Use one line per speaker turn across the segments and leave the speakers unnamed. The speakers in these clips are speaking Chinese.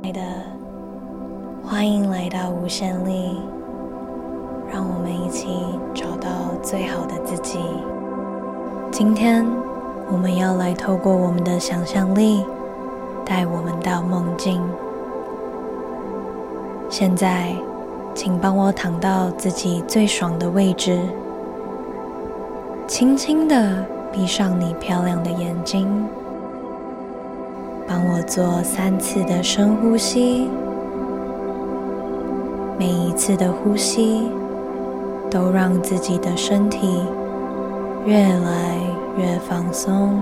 欢迎来到无限力，让我们一起找到最好的自己。今天我们要来透过我们的想象力带我们到梦境。现在请帮我躺到自己最爽的位置，轻轻地闭上你漂亮的眼睛，帮我做3次的深呼吸，每一次的呼吸都让自己的身体越来越放松。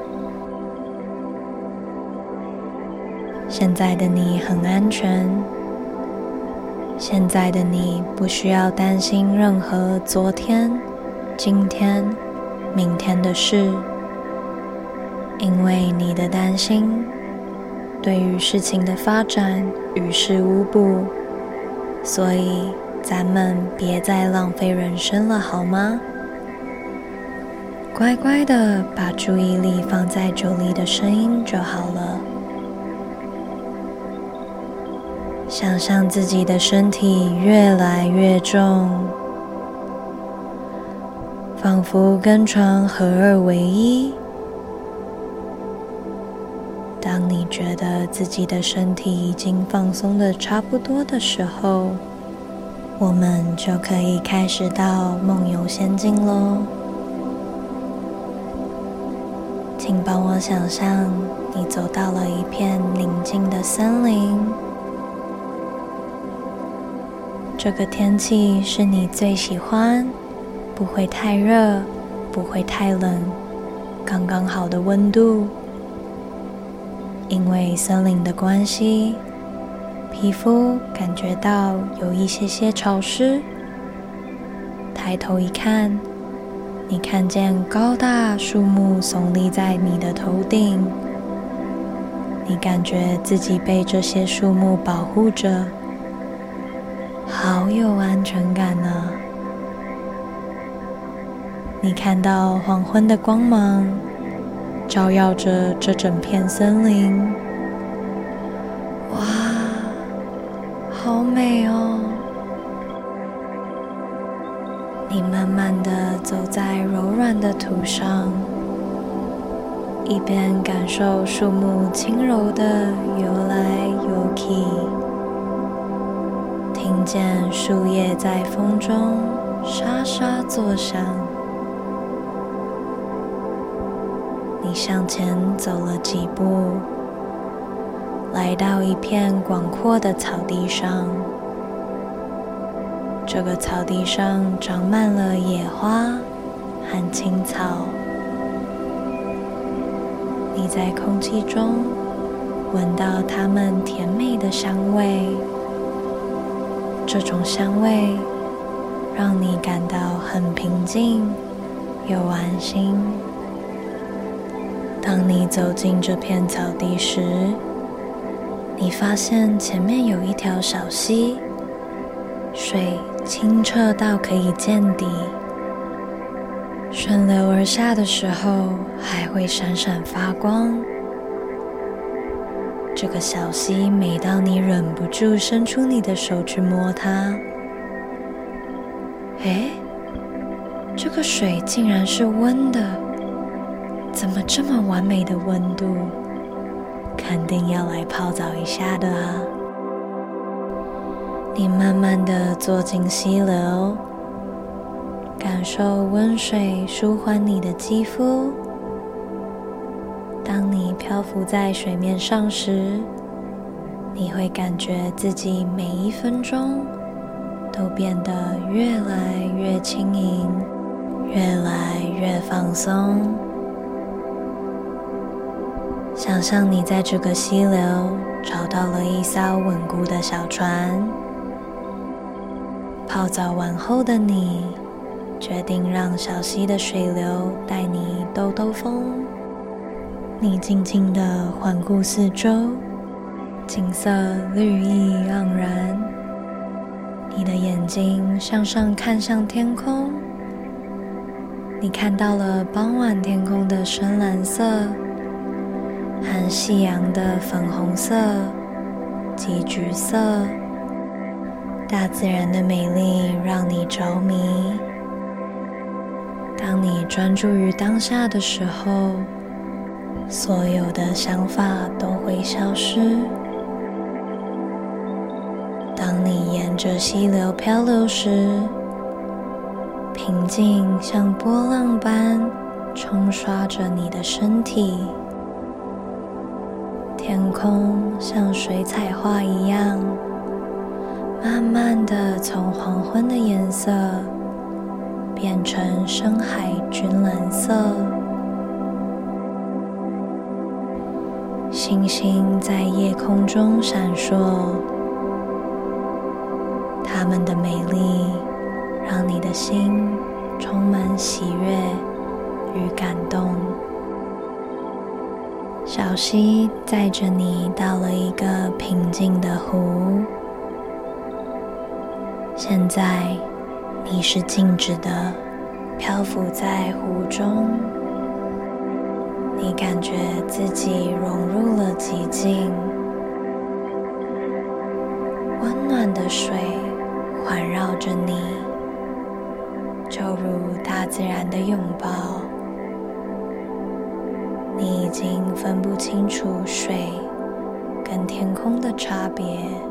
现在的你很安全，现在的你不需要担心任何昨天、今天、明天的事，因为你的担心对于事情的发展于事无补，所以咱们别再浪费人生了，好吗？乖乖的把注意力放在酒里的声音就好了。想象自己的身体越来越重，仿佛跟床合二为一。当你觉得自己的身体已经放松的差不多的时候，我们就可以开始到梦游仙境咯。请帮我想象你走到了一片宁静的森林，这个天气是你最喜欢，不会太热，不会太冷，刚刚好的温度。因为森林的关系，皮肤感觉到有一些潮湿。抬头一看，你看见高大树木耸立在你的头顶，你感觉自己被这些树木保护着，好有安全感啊！你看到黄昏的光芒照耀着这整片森林，哇，好美哦！你慢慢地走在柔软的土上，一边感受树木轻柔的游来游去，听见树叶在风中沙沙作响。你向前走了几步，来到一片广阔的草地上。这个草地上长满了野花和青草，你在空气中闻到它们甜美的香味，这种香味让你感到很平静又安心。当你走进这片草地时，你发现前面有一条小溪，水清澈到可以见底，顺流而下的时候还会闪闪发光。这个小溪美到你忍不住伸出你的手去摸它。诶，这个水竟然是温的，怎么这么完美的温度？肯定要来泡澡一下的啊！你慢慢地坐进溪流，感受温水舒缓你的肌肤。当你漂浮在水面上时，你会感觉自己每一分钟都变得越来越轻盈，越来越放松。想象你在这个溪流找到了一艘稳固的小船，泡澡完后的你决定让小溪的水流带你兜兜风。你静静地环顾四周，景色绿意盎然，你的眼睛向上看向天空，你看到了傍晚天空的深蓝色和夕阳的粉红色， 及橘色。大自然的美丽让你着迷。当你专注于当下的时候，所有的想法都会消失。当你沿着溪流漂流时，平静像波浪般冲刷着你的身体。天空像水彩画一样，慢慢地从黄昏的颜色变成深海军蓝色。星星在夜空中闪烁，它们的美丽让你的心充满喜悦与感动。小溪载着你到了一个平静的湖，现在你是静止的，漂浮在湖中。你感觉自己融入了寂静，温暖的水环绕着你，就如大自然的拥抱。你已经分不清楚水跟天空的差别。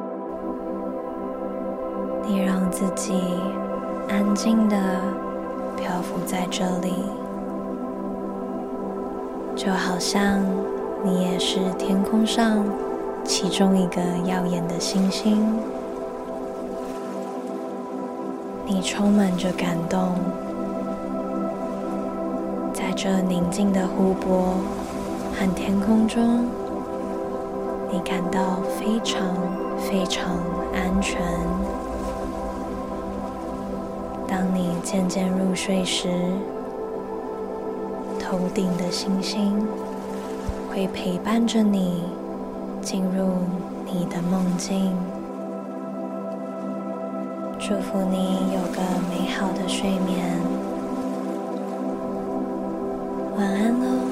你让自己安静地漂浮在这里，就好像你也是天空上其中一个耀眼的星星。你充满着感动，在这宁静的湖泊和天空中，你感到非常非常安全。当你渐渐入睡时，头顶的星星会陪伴着你进入你的梦境。祝福你有个美好的睡眠，晚安喽。